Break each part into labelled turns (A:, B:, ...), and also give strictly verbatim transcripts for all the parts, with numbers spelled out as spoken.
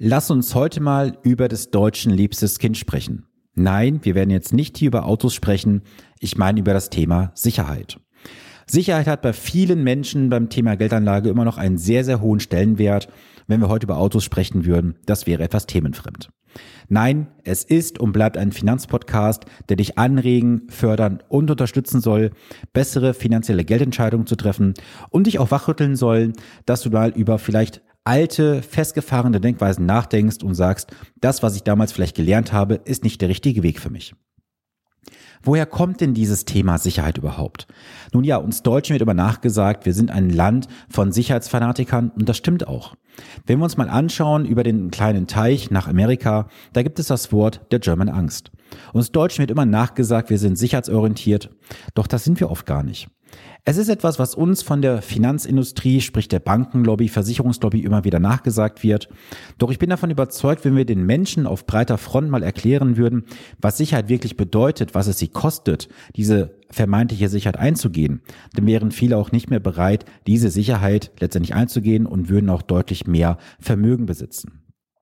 A: Lass uns heute mal über des Deutschen liebstes Kind sprechen. Nein, wir werden jetzt nicht hier über Autos sprechen, ich meine über das Thema Sicherheit. Sicherheit hat bei vielen Menschen beim Thema Geldanlage immer noch einen sehr, sehr hohen Stellenwert. Wenn wir heute über Autos sprechen würden, das wäre etwas themenfremd. Nein, es ist und bleibt ein Finanzpodcast, der dich anregen, fördern und unterstützen soll, bessere finanzielle Geldentscheidungen zu treffen und dich auch wachrütteln soll, dass du mal über vielleicht alte, festgefahrene Denkweisen nachdenkst und sagst, das, was ich damals vielleicht gelernt habe, ist nicht der richtige Weg für mich. Woher kommt denn dieses Thema Sicherheit überhaupt? Nun ja, uns Deutschen wird immer nachgesagt, wir sind ein Land von Sicherheitsfanatikern und das stimmt auch. Wenn wir uns mal anschauen über den kleinen Teich nach Amerika, da gibt es das Wort der German Angst. Uns Deutschen wird immer nachgesagt, wir sind sicherheitsorientiert, doch das sind wir oft gar nicht. Es ist etwas, was uns von der Finanzindustrie, sprich der Bankenlobby, Versicherungslobby immer wieder nachgesagt wird. Doch ich bin davon überzeugt, wenn wir den Menschen auf breiter Front mal erklären würden, was Sicherheit wirklich bedeutet, was es sie kostet, diese vermeintliche Sicherheit einzugehen, dann wären viele auch nicht mehr bereit, diese Sicherheit letztendlich einzugehen und würden auch deutlich mehr Vermögen besitzen.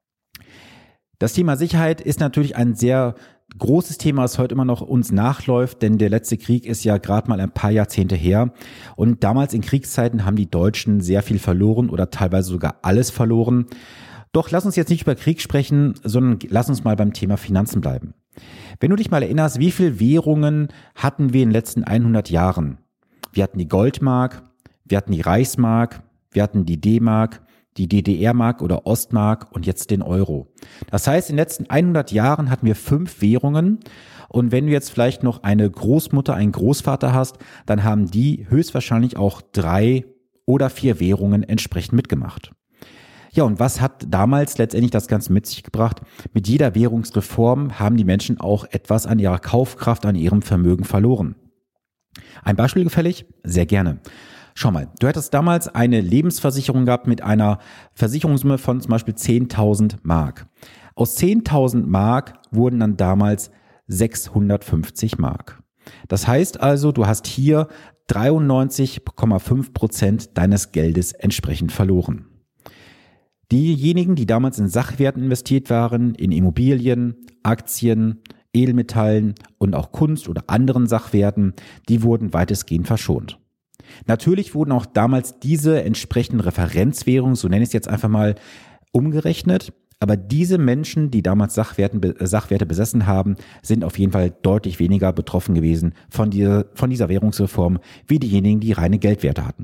A: Das Thema Sicherheit ist natürlich ein sehr großes Thema, das heute immer noch uns nachläuft, denn der letzte Krieg ist ja gerade mal ein paar Jahrzehnte her und damals in Kriegszeiten haben die Deutschen sehr viel verloren oder teilweise sogar alles verloren. Doch lass uns jetzt nicht über Krieg sprechen, sondern lass uns mal beim Thema Finanzen bleiben. Wenn du dich mal erinnerst, wie viele Währungen hatten wir in den letzten hundert Jahren? Wir hatten die Goldmark, wir hatten die Reichsmark, wir hatten die D-Mark, die D D R-Mark oder Ostmark und jetzt den Euro. Das heißt, in den letzten hundert Jahren hatten wir fünf Währungen und wenn du jetzt vielleicht noch eine Großmutter, einen Großvater hast, dann haben die höchstwahrscheinlich auch drei oder vier Währungen entsprechend mitgemacht. Ja, und was hat damals letztendlich das Ganze mit sich gebracht? Mit jeder Währungsreform haben die Menschen auch etwas an ihrer Kaufkraft, an ihrem Vermögen verloren. Ein Beispiel gefällig? Sehr gerne. Schau mal, du hättest damals eine Lebensversicherung gehabt mit einer Versicherungssumme von zum Beispiel zehntausend Mark. Aus zehntausend Mark wurden dann damals sechshundertfünfzig Mark. Das heißt also, du hast hier dreiundneunzig Komma fünf Prozent deines Geldes entsprechend verloren. Diejenigen, die damals in Sachwerten investiert waren, in Immobilien, Aktien, Edelmetallen und auch Kunst oder anderen Sachwerten, die wurden weitestgehend verschont. Natürlich wurden auch damals diese entsprechenden Referenzwährungen, so nenne ich es jetzt einfach mal, umgerechnet. Aber diese Menschen, die damals Sachwerten, Sachwerte besessen haben, sind auf jeden Fall deutlich weniger betroffen gewesen von dieser, von dieser Währungsreform wie diejenigen, die reine Geldwerte hatten.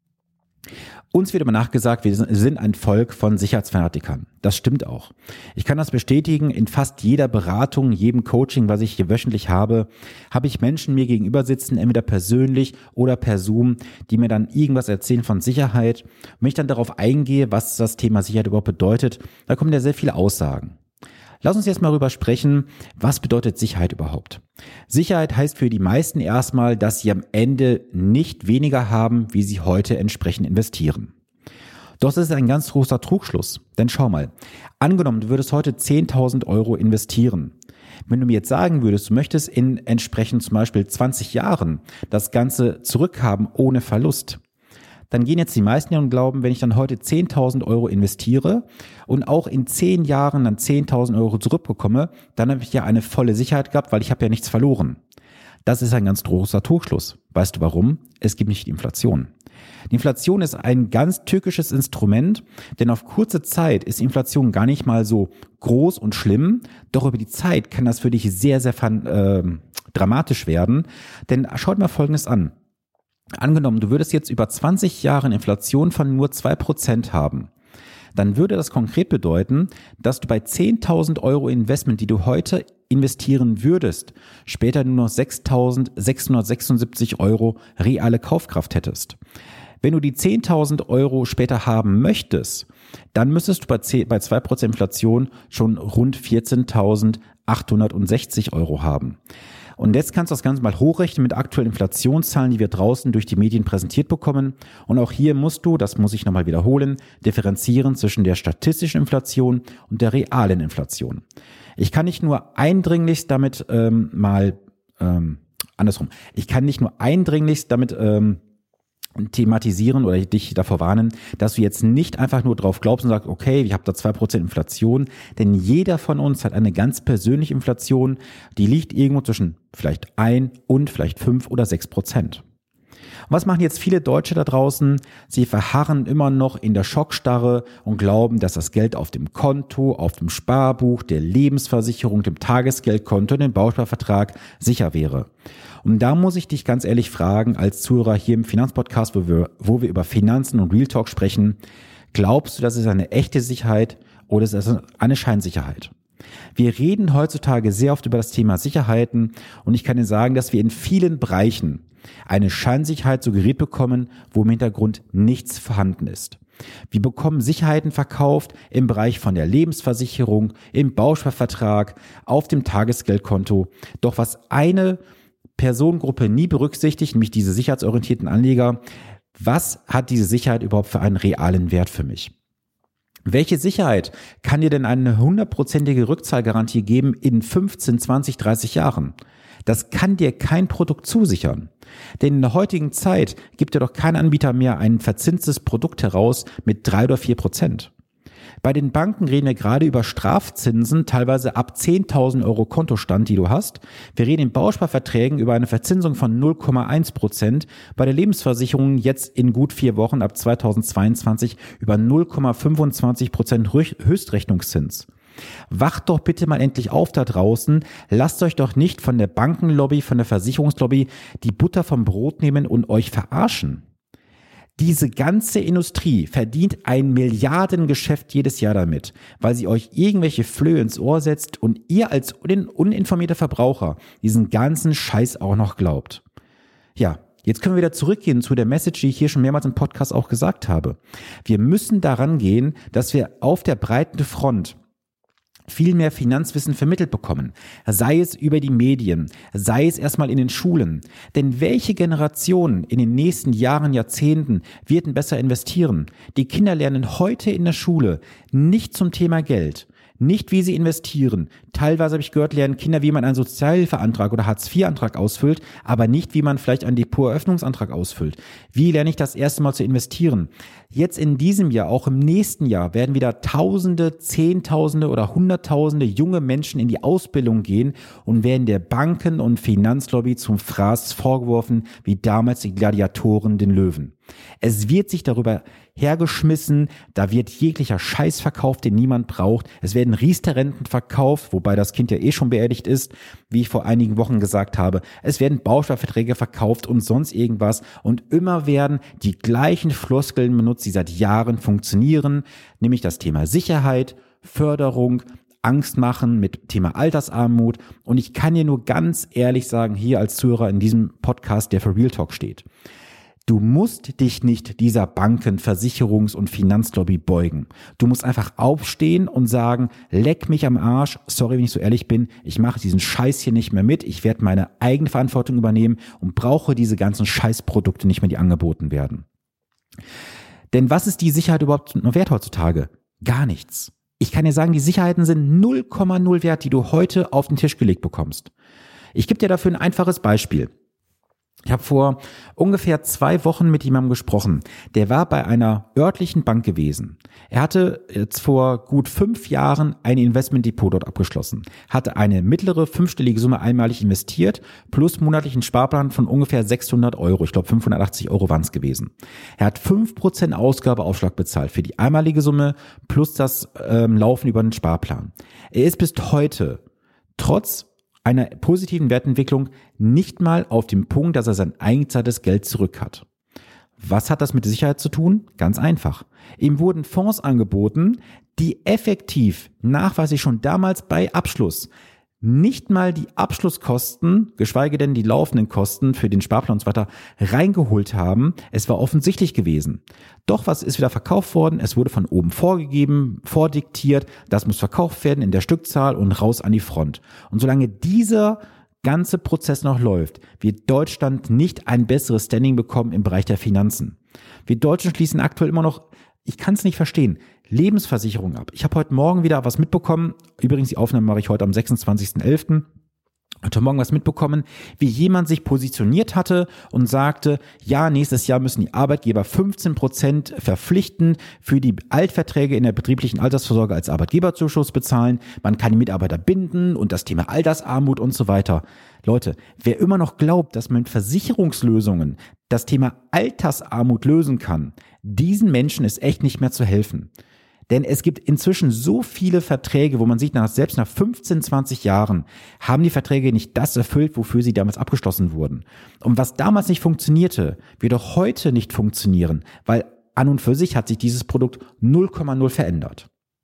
A: Uns wird immer nachgesagt, wir sind ein Volk von Sicherheitsfanatikern. Das stimmt auch. Ich kann das bestätigen, in fast jeder Beratung, jedem Coaching, was ich hier wöchentlich habe, habe ich Menschen mir gegenüber sitzen, entweder persönlich oder per Zoom, die mir dann irgendwas erzählen von Sicherheit. Und wenn ich dann darauf eingehe, was das Thema Sicherheit überhaupt bedeutet, da kommen ja sehr viele Aussagen. Lass uns jetzt mal darüber sprechen, was bedeutet Sicherheit überhaupt? Sicherheit heißt für die meisten erstmal, dass sie am Ende nicht weniger haben, wie sie heute entsprechend investieren. Doch das ist ein ganz großer Trugschluss, denn schau mal, angenommen, du würdest heute zehntausend Euro investieren. Wenn du mir jetzt sagen würdest, du möchtest in entsprechend zum Beispiel zwanzig Jahren das Ganze zurückhaben ohne Verlust, dann gehen jetzt die meisten ja und glauben, wenn ich dann heute zehntausend Euro investiere und auch in zehn Jahren dann zehntausend Euro zurückbekomme, dann habe ich ja eine volle Sicherheit gehabt, weil ich habe ja nichts verloren. Das ist ein ganz großer Trugschluss. Weißt du warum? Es gibt nicht die Inflation. Die Inflation ist ein ganz tückisches Instrument, denn auf kurze Zeit ist Inflation gar nicht mal so groß und schlimm, doch über die Zeit kann das für dich sehr, sehr äh, dramatisch werden, denn schaut mal Folgendes an. Angenommen, du würdest jetzt über zwanzig Jahre Inflation von nur zwei Prozent haben, dann würde das konkret bedeuten, dass du bei zehntausend Euro Investment, die du heute investieren würdest, später nur noch sechstausendsechshundertsechsundsiebzig Euro reale Kaufkraft hättest. Wenn du die zehntausend Euro später haben möchtest, dann müsstest du bei zwei Prozent Inflation schon rund vierzehntausendachthundertsechzig Euro haben. Und jetzt kannst du das Ganze mal hochrechnen mit aktuellen Inflationszahlen, die wir draußen durch die Medien präsentiert bekommen. Und auch hier musst du, das muss ich nochmal wiederholen, differenzieren zwischen der statistischen Inflation und der realen Inflation. Ich kann nicht nur eindringlichst damit ähm, mal, ähm, andersrum, ich kann nicht nur eindringlichst damit ähm, thematisieren oder dich davor warnen, dass du jetzt nicht einfach nur drauf glaubst und sagst, okay, ich habe da zwei Prozent Inflation, denn jeder von uns hat eine ganz persönliche Inflation, die liegt irgendwo zwischen vielleicht ein und vielleicht fünf oder sechs Prozent. Und was machen jetzt viele Deutsche da draußen? Sie verharren immer noch in der Schockstarre und glauben, dass das Geld auf dem Konto, auf dem Sparbuch, der Lebensversicherung, dem Tagesgeldkonto, dem Bausparvertrag sicher wäre. Und da muss ich dich ganz ehrlich fragen, als Zuhörer hier im Finanzpodcast, wo wir, wo wir über Finanzen und Real Talk sprechen, glaubst du, das ist eine echte Sicherheit oder ist das eine Scheinsicherheit? Wir reden heutzutage sehr oft über das Thema Sicherheiten und ich kann dir sagen, dass wir in vielen Bereichen eine Scheinsicherheit suggeriert bekommen, wo im Hintergrund nichts vorhanden ist. Wir bekommen Sicherheiten verkauft im Bereich von der Lebensversicherung, im Bausparvertrag, auf dem Tagesgeldkonto. Doch was eine Personengruppe nie berücksichtigt, nämlich diese sicherheitsorientierten Anleger, was hat diese Sicherheit überhaupt für einen realen Wert für mich? Welche Sicherheit kann dir denn eine hundertprozentige Rückzahlgarantie geben in fünfzehn, zwanzig, dreißig Jahren? Das kann dir kein Produkt zusichern. Denn in der heutigen Zeit gibt dir doch kein Anbieter mehr ein verzinstes Produkt heraus mit drei oder vier Prozent. Bei den Banken reden wir gerade über Strafzinsen, teilweise ab zehntausend Euro Kontostand, die du hast. Wir reden in Bausparverträgen über eine Verzinsung von null Komma eins Prozent. Bei der Lebensversicherung jetzt in gut vier Wochen ab zweitausendzweiundzwanzig über null Komma fünfundzwanzig Prozent Höchstrechnungszins. Wacht doch bitte mal endlich auf da draußen. Lasst euch doch nicht von der Bankenlobby, von der Versicherungslobby die Butter vom Brot nehmen und euch verarschen. Diese ganze Industrie verdient ein Milliardengeschäft jedes Jahr damit, weil sie euch irgendwelche Flöhe ins Ohr setzt und ihr als uninformierter Verbraucher diesen ganzen Scheiß auch noch glaubt. Ja, jetzt können wir wieder zurückgehen zu der Message, die ich hier schon mehrmals im Podcast auch gesagt habe. Wir müssen daran gehen, dass wir auf der breiten Front viel mehr Finanzwissen vermittelt bekommen, sei es über die Medien, sei es erstmal in den Schulen. Denn welche Generation in den nächsten Jahren, Jahrzehnten wird denn besser investieren? Die Kinder lernen heute in der Schule nicht zum Thema Geld, nicht wie sie investieren. Teilweise habe ich gehört, lernen Kinder, wie man einen Sozialhilfeantrag oder Hartz vier Antrag ausfüllt, aber nicht, wie man vielleicht einen Depoteröffnungsantrag ausfüllt. Wie lerne ich das erste Mal zu investieren? Jetzt in diesem Jahr, auch im nächsten Jahr, werden wieder Tausende, Zehntausende oder Hunderttausende junge Menschen in die Ausbildung gehen und werden der Banken- und Finanzlobby zum Fraß vorgeworfen, wie damals die Gladiatoren den Löwen. Es wird sich darüber hergeschmissen, da wird jeglicher Scheiß verkauft, den niemand braucht. Es werden Riester-Renten verkauft, wobei das Kind ja eh schon beerdigt ist, wie ich vor einigen Wochen gesagt habe. Es werden Bausparverträge verkauft und sonst irgendwas und immer werden die gleichen Floskeln benutzt, die seit Jahren funktionieren, nämlich das Thema Sicherheit, Förderung, Angst machen mit Thema Altersarmut. Und ich kann dir nur ganz ehrlich sagen, hier als Zuhörer in diesem Podcast, der für Real Talk steht: Du musst dich nicht dieser Banken-, Versicherungs- und Finanzlobby beugen. Du musst einfach aufstehen und sagen, leck mich am Arsch, sorry, wenn ich so ehrlich bin, ich mache diesen Scheiß hier nicht mehr mit, ich werde meine eigene Verantwortung übernehmen und brauche diese ganzen Scheißprodukte nicht mehr, die angeboten werden. Denn was ist die Sicherheit überhaupt noch wert heutzutage? Gar nichts. Ich kann dir sagen, die Sicherheiten sind null Komma null wert, die du heute auf den Tisch gelegt bekommst. Ich gebe dir dafür ein einfaches Beispiel. Ich habe vor ungefähr zwei Wochen mit jemandem gesprochen. Der war bei einer örtlichen Bank gewesen. Er hatte jetzt vor gut fünf Jahren ein Investmentdepot dort abgeschlossen, hatte eine mittlere fünfstellige Summe einmalig investiert, plus monatlichen Sparplan von ungefähr sechshundert Euro. Ich glaube fünfhundertachtzig Euro waren es gewesen. Er hat fünf Prozent Ausgabeaufschlag bezahlt für die einmalige Summe plus das ähm, Laufen über den Sparplan. Er ist bis heute trotz einer positiven Wertentwicklung nicht mal auf dem Punkt, dass er sein eingezahltes Geld zurück hat. Was hat das mit Sicherheit zu tun? Ganz einfach. Ihm wurden Fonds angeboten, die effektiv nachweislich schon damals bei Abschluss nicht mal die Abschlusskosten, geschweige denn die laufenden Kosten für den Sparplan und so weiter, reingeholt haben. Es war offensichtlich gewesen. Doch was ist wieder verkauft worden? Es wurde von oben vorgegeben, vordiktiert, das muss verkauft werden in der Stückzahl und raus an die Front. Und solange dieser ganze Prozess noch läuft, wird Deutschland nicht ein besseres Standing bekommen im Bereich der Finanzen. Wir Deutschen schließen aktuell immer noch, ich kann es nicht verstehen, Lebensversicherung ab. Ich habe heute Morgen wieder was mitbekommen. Übrigens, die Aufnahme mache ich heute am sechsundzwanzigsten elften heute Morgen was mitbekommen, wie jemand sich positioniert hatte und sagte, ja, nächstes Jahr müssen die Arbeitgeber fünfzehn Prozent verpflichten für die Altverträge in der betrieblichen Altersvorsorge als Arbeitgeberzuschuss bezahlen. Man kann die Mitarbeiter binden und das Thema Altersarmut und so weiter. Leute, wer immer noch glaubt, dass man mit Versicherungslösungen das Thema Altersarmut lösen kann, diesen Menschen ist echt nicht mehr zu helfen. Denn es gibt inzwischen so viele Verträge, wo man sieht, nach, selbst nach fünfzehn, zwanzig Jahren haben die Verträge nicht das erfüllt, wofür sie damals abgeschlossen wurden. Und was damals nicht funktionierte, wird auch heute nicht funktionieren, weil an und für sich hat sich dieses Produkt null Komma null verändert.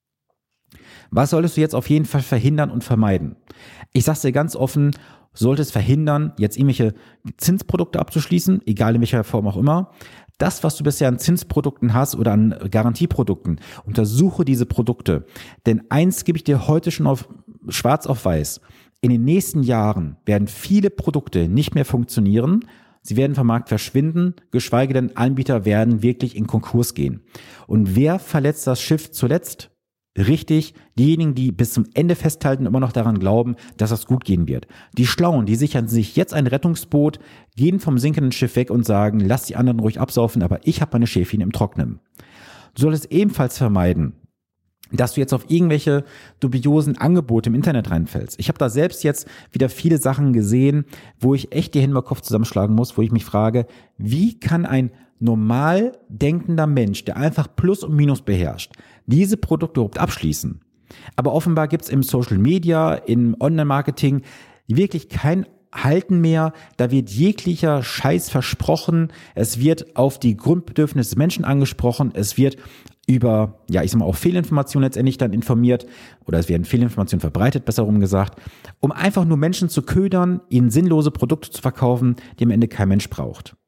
A: Was solltest du jetzt auf jeden Fall verhindern und vermeiden? Ich sag's dir ganz offen, solltest verhindern, jetzt irgendwelche Zinsprodukte abzuschließen, egal in welcher Form auch immer. Das, was du bisher an Zinsprodukten hast oder an Garantieprodukten, untersuche diese Produkte. Denn eins gebe ich dir heute schon auf schwarz auf weiß. In den nächsten Jahren werden viele Produkte nicht mehr funktionieren. Sie werden vom Markt verschwinden, geschweige denn Anbieter werden wirklich in Konkurs gehen. Und wer verletzt das Schiff zuletzt? Richtig, diejenigen, die bis zum Ende festhalten, immer noch daran glauben, dass das gut gehen wird. Die Schlauen, die sichern sich jetzt ein Rettungsboot, gehen vom sinkenden Schiff weg und sagen, lass die anderen ruhig absaufen, aber ich habe meine Schäfchen im Trocknen. Du solltest ebenfalls vermeiden, dass du jetzt auf irgendwelche dubiosen Angebote im Internet reinfällst. Ich habe da selbst jetzt wieder viele Sachen gesehen, wo ich echt die Hände über den Kopf zusammenschlagen muss, wo ich mich frage, wie kann ein normal denkender Mensch, der einfach Plus und Minus beherrscht, diese Produkte überhaupt abschließen? Aber offenbar gibt es im Social Media, im Online-Marketing wirklich kein Halten mehr. Da wird jeglicher Scheiß versprochen. Es wird auf die Grundbedürfnisse des Menschen angesprochen. Es wird über, ja, ich sag mal, auch Fehlinformationen letztendlich dann informiert oder es werden Fehlinformationen verbreitet, besser rum gesagt, um einfach nur Menschen zu ködern, ihnen sinnlose Produkte zu verkaufen, die am Ende kein Mensch braucht.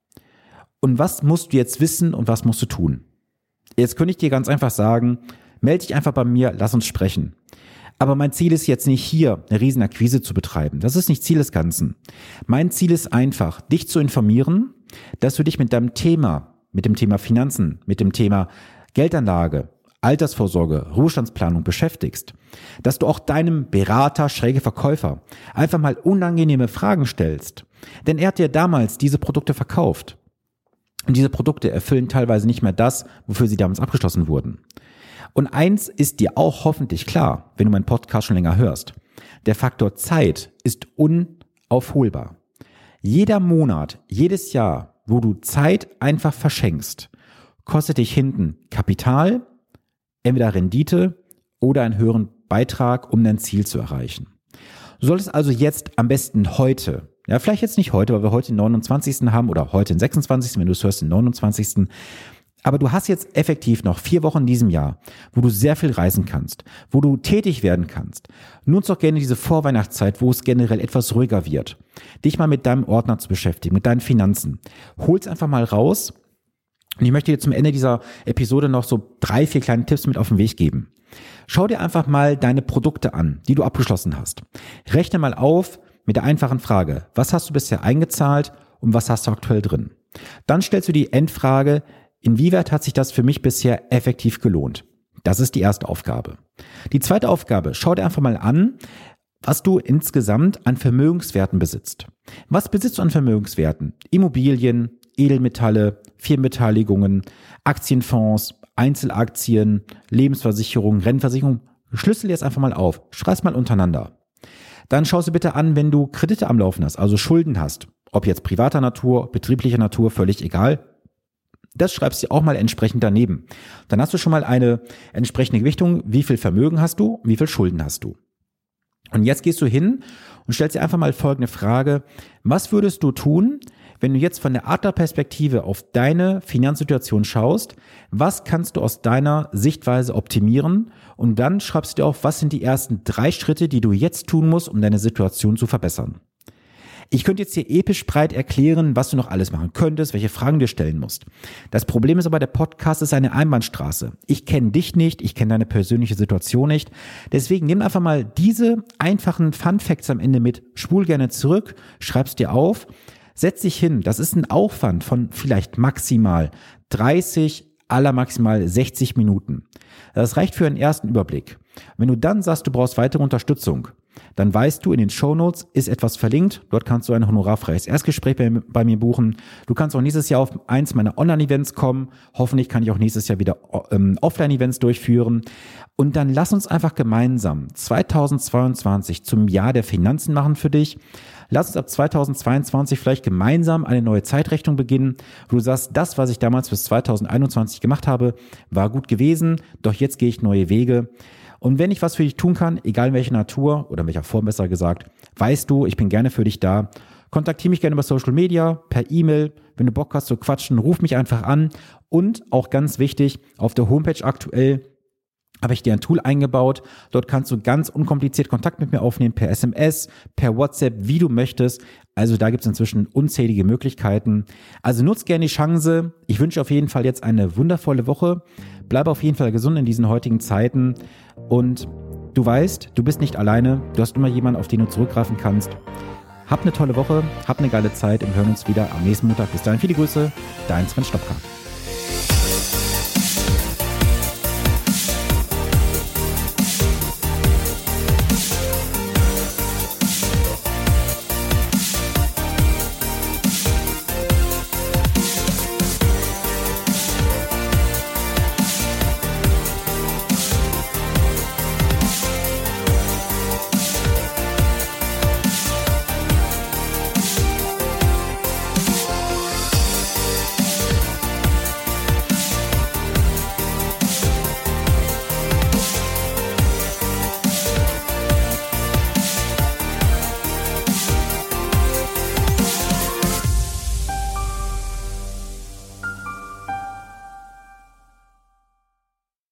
A: Und was musst du jetzt wissen und was musst du tun? Jetzt könnte ich dir ganz einfach sagen, melde dich einfach bei mir, lass uns sprechen. Aber mein Ziel ist jetzt nicht hier, eine riesen Akquise zu betreiben. Das ist nicht Ziel des Ganzen. Mein Ziel ist einfach, dich zu informieren, dass du dich mit deinem Thema, mit dem Thema Finanzen, mit dem Thema Geldanlage, Altersvorsorge, Ruhestandsplanung beschäftigst. Dass du auch deinem Berater, schräge Verkäufer einfach mal unangenehme Fragen stellst. Denn er hat dir damals diese Produkte verkauft. Und diese Produkte erfüllen teilweise nicht mehr das, wofür sie damals abgeschlossen wurden. Und eins ist dir auch hoffentlich klar, wenn du meinen Podcast schon länger hörst. Der Faktor Zeit ist unaufholbar. Jeder Monat, jedes Jahr, wo du Zeit einfach verschenkst, kostet dich hinten Kapital, entweder Rendite oder einen höheren Beitrag, um dein Ziel zu erreichen. Du solltest also jetzt am besten heute, ja, vielleicht jetzt nicht heute, weil wir heute den neunundzwanzigsten haben oder heute den sechsundzwanzigsten, wenn du es hörst, den neunundzwanzigsten Aber du hast jetzt effektiv noch vier Wochen in diesem Jahr, wo du sehr viel reisen kannst, wo du tätig werden kannst. Nutz doch gerne diese Vorweihnachtszeit, wo es generell etwas ruhiger wird, dich mal mit deinem Ordner zu beschäftigen, mit deinen Finanzen. Hol's einfach mal raus. Und ich möchte dir zum Ende dieser Episode noch so drei, vier kleine Tipps mit auf den Weg geben. Schau dir einfach mal deine Produkte an, die du abgeschlossen hast. Rechne mal auf mit der einfachen Frage, was hast du bisher eingezahlt und was hast du aktuell drin? Dann stellst du die Endfrage, inwieweit hat sich das für mich bisher effektiv gelohnt? Das ist die erste Aufgabe. Die zweite Aufgabe, schau dir einfach mal an, was du insgesamt an Vermögenswerten besitzt. Was besitzt du an Vermögenswerten? Immobilien, Edelmetalle, Firmenbeteiligungen, Aktienfonds, Einzelaktien, Lebensversicherung, Rentenversicherung. Schlüssel jetzt einfach mal auf. Schreib's mal untereinander. Dann schau dir bitte an, wenn du Kredite am Laufen hast, also Schulden hast. Ob jetzt privater Natur, betrieblicher Natur, völlig egal. Das schreibst du auch mal entsprechend daneben. Dann hast du schon mal eine entsprechende Gewichtung. Wie viel Vermögen hast du? Wie viel Schulden hast du? Und jetzt gehst du hin und stellst dir einfach mal folgende Frage. Was würdest du tun, wenn du jetzt von der Adlerperspektive auf deine Finanzsituation schaust? Was kannst du aus deiner Sichtweise optimieren? Und dann schreibst du dir auf, was sind die ersten drei Schritte, die du jetzt tun musst, um deine Situation zu verbessern? Ich könnte jetzt hier episch breit erklären, was du noch alles machen könntest, welche Fragen du dir stellen musst. Das Problem ist aber, der Podcast ist eine Einbahnstraße. Ich kenne dich nicht, ich kenne deine persönliche Situation nicht. Deswegen nimm einfach mal diese einfachen Fun Facts am Ende mit, spul gerne zurück, schreib's dir auf, setz dich hin. Das ist ein Aufwand von vielleicht maximal dreißig, aller maximal sechzig Minuten. Das reicht für einen ersten Überblick. Wenn du dann sagst, du brauchst weitere Unterstützung, dann weißt du, in den Shownotes ist etwas verlinkt. Dort kannst du ein honorarfreies Erstgespräch bei, bei mir buchen. Du kannst auch nächstes Jahr auf eins meiner Online-Events kommen. Hoffentlich kann ich auch nächstes Jahr wieder ähm, Offline-Events durchführen. Und dann lass uns einfach gemeinsam zweitausendzweiundzwanzig zum Jahr der Finanzen machen für dich. Lass uns ab zweitausendzweiundzwanzig vielleicht gemeinsam eine neue Zeitrechnung beginnen, wo du sagst, das, was ich damals bis zweitausendeinundzwanzig gemacht habe, war gut gewesen, doch jetzt gehe ich neue Wege. Und wenn ich was für dich tun kann, egal in welcher Natur oder in welcher Form besser gesagt, weißt du, ich bin gerne für dich da. Kontaktiere mich gerne über Social Media, per E-Mail. Wenn du Bock hast zu quatschen, ruf mich einfach an. Und auch ganz wichtig, auf der Homepage aktuell habe ich dir ein Tool eingebaut. Dort kannst du ganz unkompliziert Kontakt mit mir aufnehmen, per S M S, per WhatsApp, wie du möchtest. Also da gibt es inzwischen unzählige Möglichkeiten. Also nutz gerne die Chance. Ich wünsche auf jeden Fall jetzt eine wundervolle Woche. Bleib auf jeden Fall gesund in diesen heutigen Zeiten. Und du weißt, du bist nicht alleine. Du hast immer jemanden, auf den du zurückgreifen kannst. Hab eine tolle Woche, hab eine geile Zeit und wir hören uns wieder am nächsten Montag. Bis dahin, viele Grüße, dein Sven Stopka.